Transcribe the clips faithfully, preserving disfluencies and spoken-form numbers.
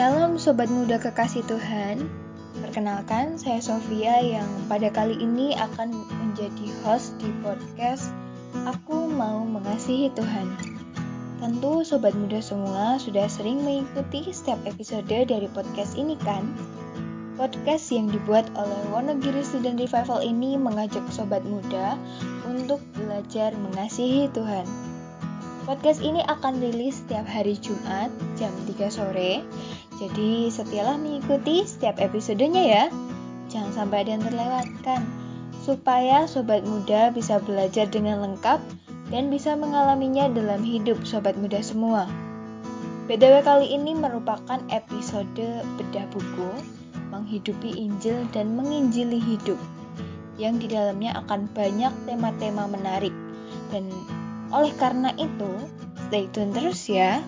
Shalom Sobat Muda Kekasih Tuhan. Perkenalkan, saya Sofia yang pada kali ini akan menjadi host di podcast Aku Mau Mengasihi Tuhan. Tentu Sobat Muda semua sudah sering mengikuti setiap episode dari podcast ini kan? Podcast yang dibuat oleh Wonogiri Student Revival ini mengajak Sobat Muda untuk belajar mengasihi Tuhan. Podcast ini akan rilis setiap hari Jumat jam tiga sore. Jadi setialah mengikuti setiap episodenya ya. Jangan sampai ada yang terlewatkan. Supaya Sobat Muda bisa belajar dengan lengkap dan bisa mengalaminya dalam hidup Sobat Muda semua. B T W kali ini merupakan episode bedah buku, menghidupi Injil dan menginjili hidup. Yang di dalamnya akan banyak tema-tema menarik. Dan oleh karena itu, stay tune terus ya.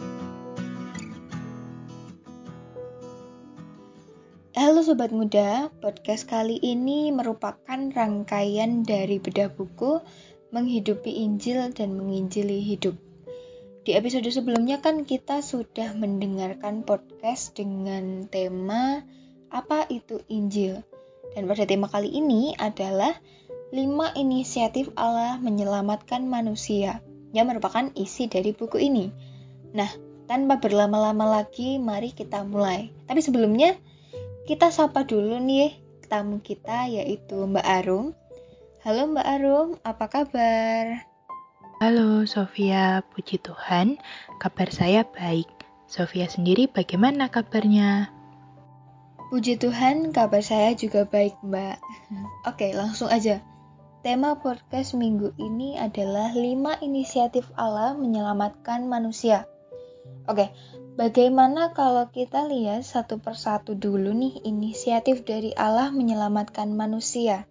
Halo Sobat Muda, podcast kali ini merupakan rangkaian dari bedah buku Menghidupi Injil dan Menginjili Hidup. Di episode sebelumnya kan kita sudah mendengarkan podcast dengan tema Apa Itu Injil? Dan pada tema kali ini adalah lima inisiatif Allah menyelamatkan manusia, yang merupakan isi dari buku ini. Nah, tanpa berlama-lama lagi, mari kita mulai. Tapi sebelumnya, kita sapa dulu nih tamu kita, yaitu Mbak Arum. Halo Mbak Arum, apa kabar? Halo Sofia, puji Tuhan, kabar saya baik. Sofia sendiri bagaimana kabarnya? Puji Tuhan, kabar saya juga baik Mbak. Oke, langsung aja. Tema podcast minggu ini adalah lima inisiatif Allah menyelamatkan manusia. Oke, bagaimana kalau kita lihat satu persatu dulu nih inisiatif dari Allah menyelamatkan manusia?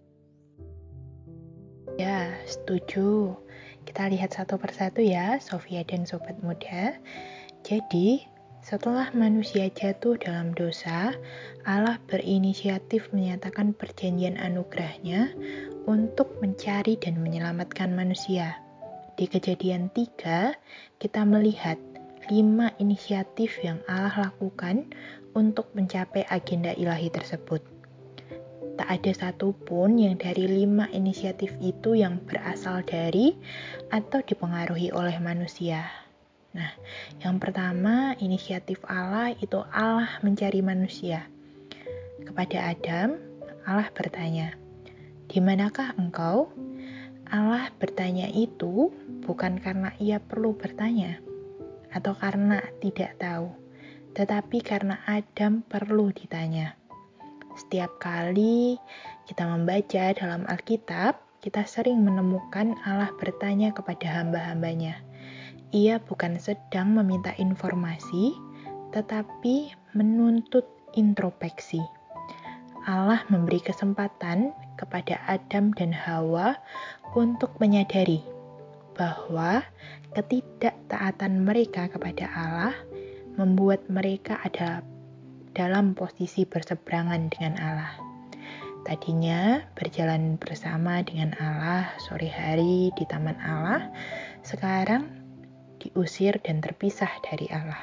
Ya, setuju. Kita lihat satu persatu ya, Sofia dan Sobat Muda. Jadi, setelah manusia jatuh dalam dosa, Allah berinisiatif menyatakan perjanjian anugerahnya untuk mencari dan menyelamatkan manusia. Di Kejadian tiga, kita melihat lima inisiatif yang Allah lakukan untuk mencapai agenda ilahi tersebut. Tak ada satupun yang dari lima inisiatif itu yang berasal dari atau dipengaruhi oleh manusia. Nah, yang pertama, inisiatif Allah itu Allah mencari manusia. Kepada Adam, Allah bertanya, "Di manakah engkau?" Allah bertanya itu bukan karena ia perlu bertanya atau karena tidak tahu, tetapi karena Adam perlu ditanya. Setiap kali kita membaca dalam Alkitab, kita sering menemukan Allah bertanya kepada hamba-hambanya. Ia bukan sedang meminta informasi, tetapi menuntut introspeksi. Allah memberi kesempatan kepada Adam dan Hawa untuk menyadari bahwa ketidaktaatan mereka kepada Allah membuat mereka ada dalam posisi berseberangan dengan Allah. Tadinya berjalan bersama dengan Allah sore hari di taman Allah, sekarang diusir dan terpisah dari Allah.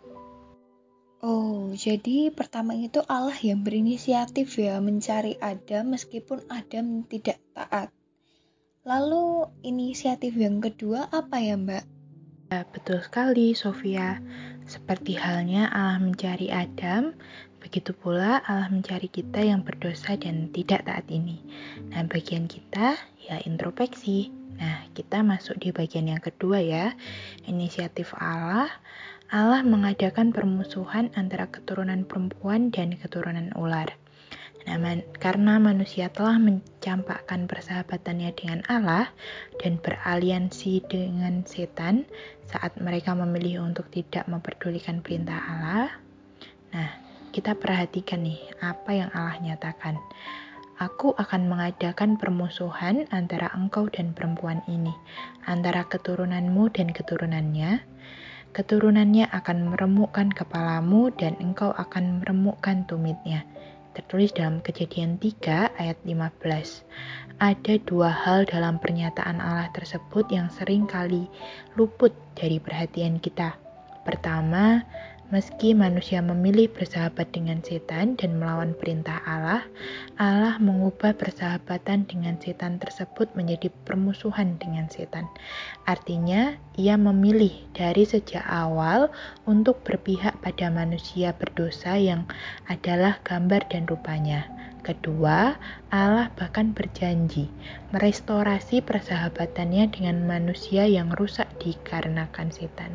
Oh, jadi pertama itu Allah yang berinisiatif ya mencari Adam meskipun Adam tidak taat. Lalu inisiatif yang kedua apa ya Mbak? Ya, betul sekali Sofia. Seperti halnya Allah mencari Adam, begitu pula Allah mencari kita yang berdosa dan tidak taat ini. Nah, bagian kita ya introspeksi. Nah, kita masuk di bagian yang kedua ya. Inisiatif Allah, Allah mengadakan permusuhan antara keturunan perempuan dan keturunan ular. Nah, man, karena manusia telah mencampakkan persahabatannya dengan Allah dan beraliansi dengan setan saat mereka memilih untuk tidak memperdulikan perintah Allah. Nah, kita perhatikan nih apa yang Allah nyatakan. Aku akan mengadakan permusuhan antara engkau dan perempuan ini, antara keturunanmu dan keturunannya. Keturunannya akan meremukkan kepalamu dan engkau akan meremukkan tumitnya. Tertulis dalam Kejadian tiga ayat lima belas. Ada dua hal dalam pernyataan Allah tersebut yang sering kali luput dari perhatian kita. Pertama, Meski manusia memilih bersahabat dengan setan dan melawan perintah Allah, Allah mengubah persahabatan dengan setan tersebut menjadi permusuhan dengan setan. Artinya, ia memilih dari sejak awal untuk berpihak pada manusia berdosa yang adalah gambar dan rupanya. Kedua, Allah bahkan berjanji merestorasi persahabatannya dengan manusia yang rusak dikarenakan setan.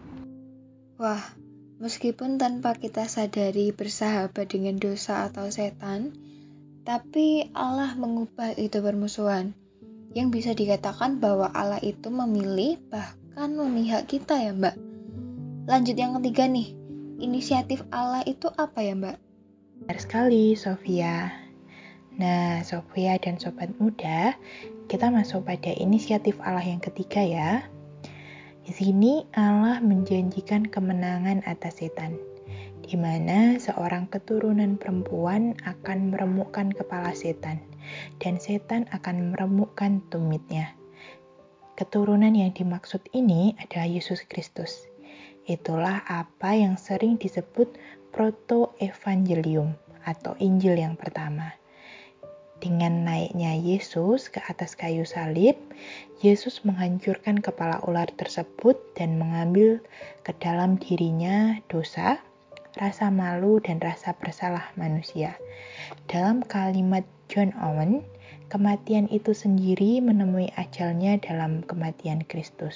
Wah, meskipun tanpa kita sadari bersahabat dengan dosa atau setan, tapi Allah mengubah itu permusuhan. Yang bisa dikatakan bahwa Allah itu memilih bahkan memihak kita ya Mbak. Lanjut yang ketiga nih, inisiatif Allah itu apa ya Mbak? Benar sekali Sofia. Nah, Sofia dan Sobat Muda, kita masuk pada inisiatif Allah yang ketiga ya. Di sini Allah menjanjikan kemenangan atas setan, di mana seorang keturunan perempuan akan meremukkan kepala setan, dan setan akan meremukkan tumitnya. Keturunan yang dimaksud ini adalah Yesus Kristus. Itulah apa yang sering disebut proto-evangelium atau Injil yang pertama. Dengan naiknya Yesus ke atas kayu salib, Yesus menghancurkan kepala ular tersebut dan mengambil ke dalam dirinya dosa, rasa malu, dan rasa bersalah manusia. Dalam kalimat John Owen, kematian itu sendiri menemui ajalnya dalam kematian Kristus.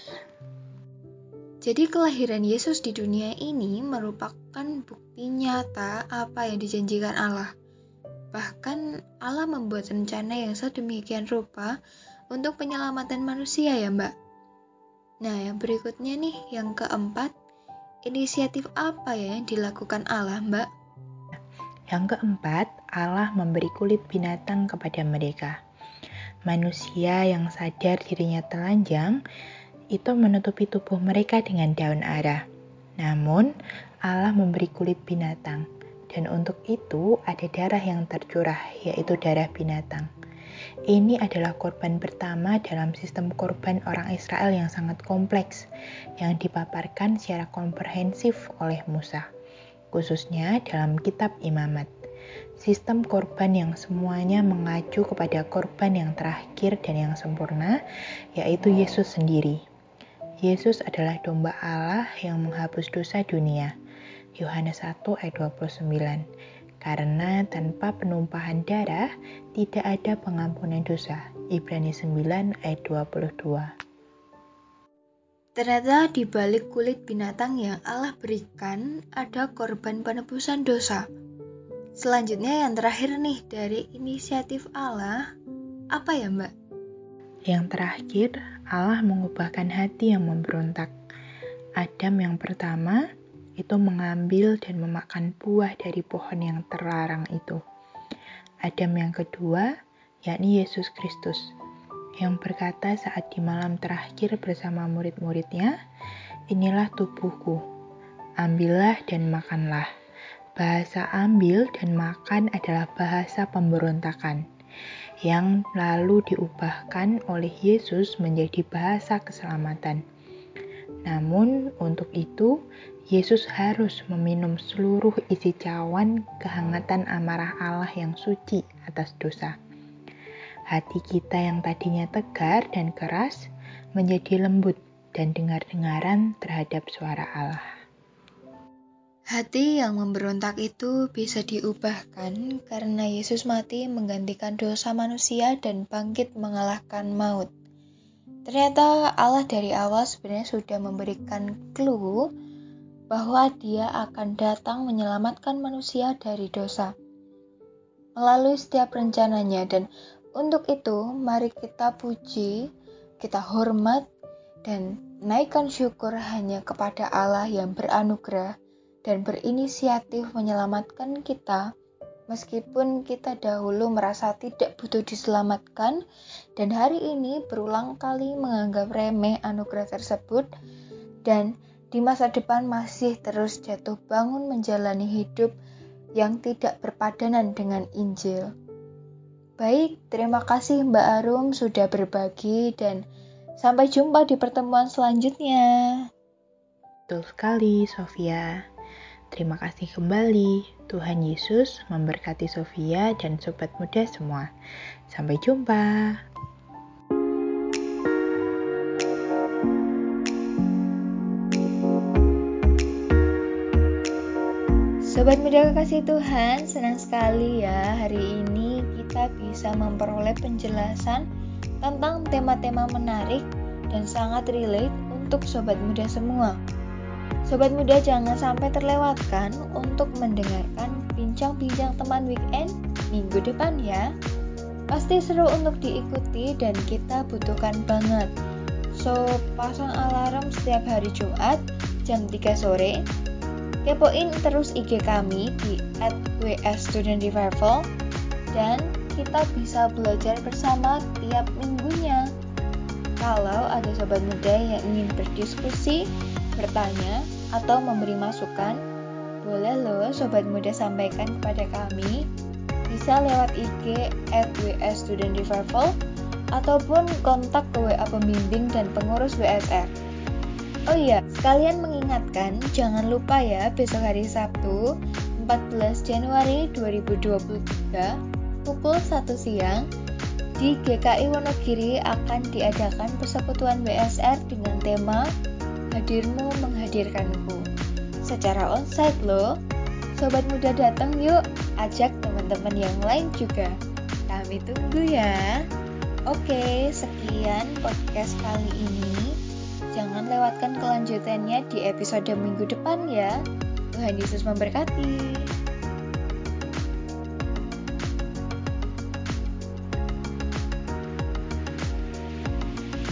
Jadi kelahiran Yesus di dunia ini merupakan bukti nyata apa yang dijanjikan Allah. Bahkan Allah membuat rencana yang sedemikian rupa untuk penyelamatan manusia ya Mbak. Nah yang berikutnya nih, yang keempat, inisiatif apa ya yang dilakukan Allah Mbak? Yang keempat, Allah memberi kulit binatang kepada mereka. Manusia yang sadar dirinya telanjang, itu menutupi tubuh mereka dengan daun ara. Namun, Allah memberi kulit binatang. Dan untuk itu ada darah yang tercurah, yaitu darah binatang. Ini adalah korban pertama dalam sistem korban orang Israel yang sangat kompleks, yang dipaparkan secara komprehensif oleh Musa, khususnya dalam kitab Imamat. Sistem korban yang semuanya mengacu kepada korban yang terakhir dan yang sempurna, yaitu Yesus sendiri. Yesus adalah domba Allah yang menghapus dosa dunia. Yohanes satu ayat dua puluh sembilan. Karena tanpa penumpahan darah tidak ada pengampunan dosa. Ibrani sembilan ayat dua puluh dua. Ternyata di balik kulit binatang yang Allah berikan ada korban penebusan dosa. Selanjutnya yang terakhir nih dari inisiatif Allah, apa ya Mbak? Yang terakhir, Allah mengubahkan hati yang memberontak. Adam yang pertama itu mengambil dan memakan buah dari pohon yang terlarang itu. Adam yang kedua, yakni Yesus Kristus, yang berkata saat di malam terakhir bersama murid-muridnya, inilah tubuhku, ambillah dan makanlah. Bahasa ambil dan makan adalah bahasa pemberontakan, yang lalu diubahkan oleh Yesus menjadi bahasa keselamatan. Namun untuk itu, Yesus harus meminum seluruh isi cawan kehangatan amarah Allah yang suci atas dosa. Hati kita yang tadinya tegar dan keras menjadi lembut dan dengar-dengaran terhadap suara Allah. Hati yang memberontak itu bisa diubahkan karena Yesus mati menggantikan dosa manusia dan bangkit mengalahkan maut. Ternyata Allah dari awal sebenarnya sudah memberikan clue bahwa Dia akan datang menyelamatkan manusia dari dosa melalui setiap rencananya, dan untuk itu mari kita puji, kita hormat, dan naikkan syukur hanya kepada Allah yang beranugerah dan berinisiatif menyelamatkan kita, meskipun kita dahulu merasa tidak butuh diselamatkan dan hari ini berulang kali menganggap remeh anugerah tersebut, dan di masa depan masih terus jatuh bangun menjalani hidup yang tidak berpadanan dengan Injil. Baik, terima kasih Mbak Arum sudah berbagi dan sampai jumpa di pertemuan selanjutnya. Betul sekali, Sofia. Terima kasih kembali. Tuhan Yesus memberkati Sofia dan Sobat Muda semua. Sampai jumpa. Sobat Muda Kekasih Tuhan, senang sekali ya hari ini kita bisa memperoleh penjelasan tentang tema-tema menarik dan sangat relate untuk Sobat Muda semua. Sobat Muda jangan sampai terlewatkan untuk mendengarkan bincang-bincang teman weekend minggu depan ya. Pasti seru untuk diikuti dan kita butuhkan banget. So, pasang alarm setiap hari Jumat jam tiga sore. Kepoin terus I G kami di at w s student revival dan kita bisa belajar bersama tiap minggunya. Kalau ada sobat muda yang ingin berdiskusi, bertanya, atau memberi masukan, boleh loh sobat muda sampaikan kepada kami. Bisa lewat I G at w s student revival ataupun kontak ke W A pembimbing dan pengurus W S R. Oh iya, sekalian mengingatkan, jangan lupa ya besok hari Sabtu, empat belas Januari dua ribu dua puluh tiga, pukul satu siang, di G K I Wonogiri akan diadakan persekutuan W S R dengan tema Hadirmu Menghadirkanku. Secara onsite loh, sobat muda datang yuk, ajak teman-teman yang lain juga. Kami tunggu ya. Oke, sekian podcast kali ini. Jangan lewatkan kelanjutannya di episode minggu depan ya. Tuhan Yesus memberkati.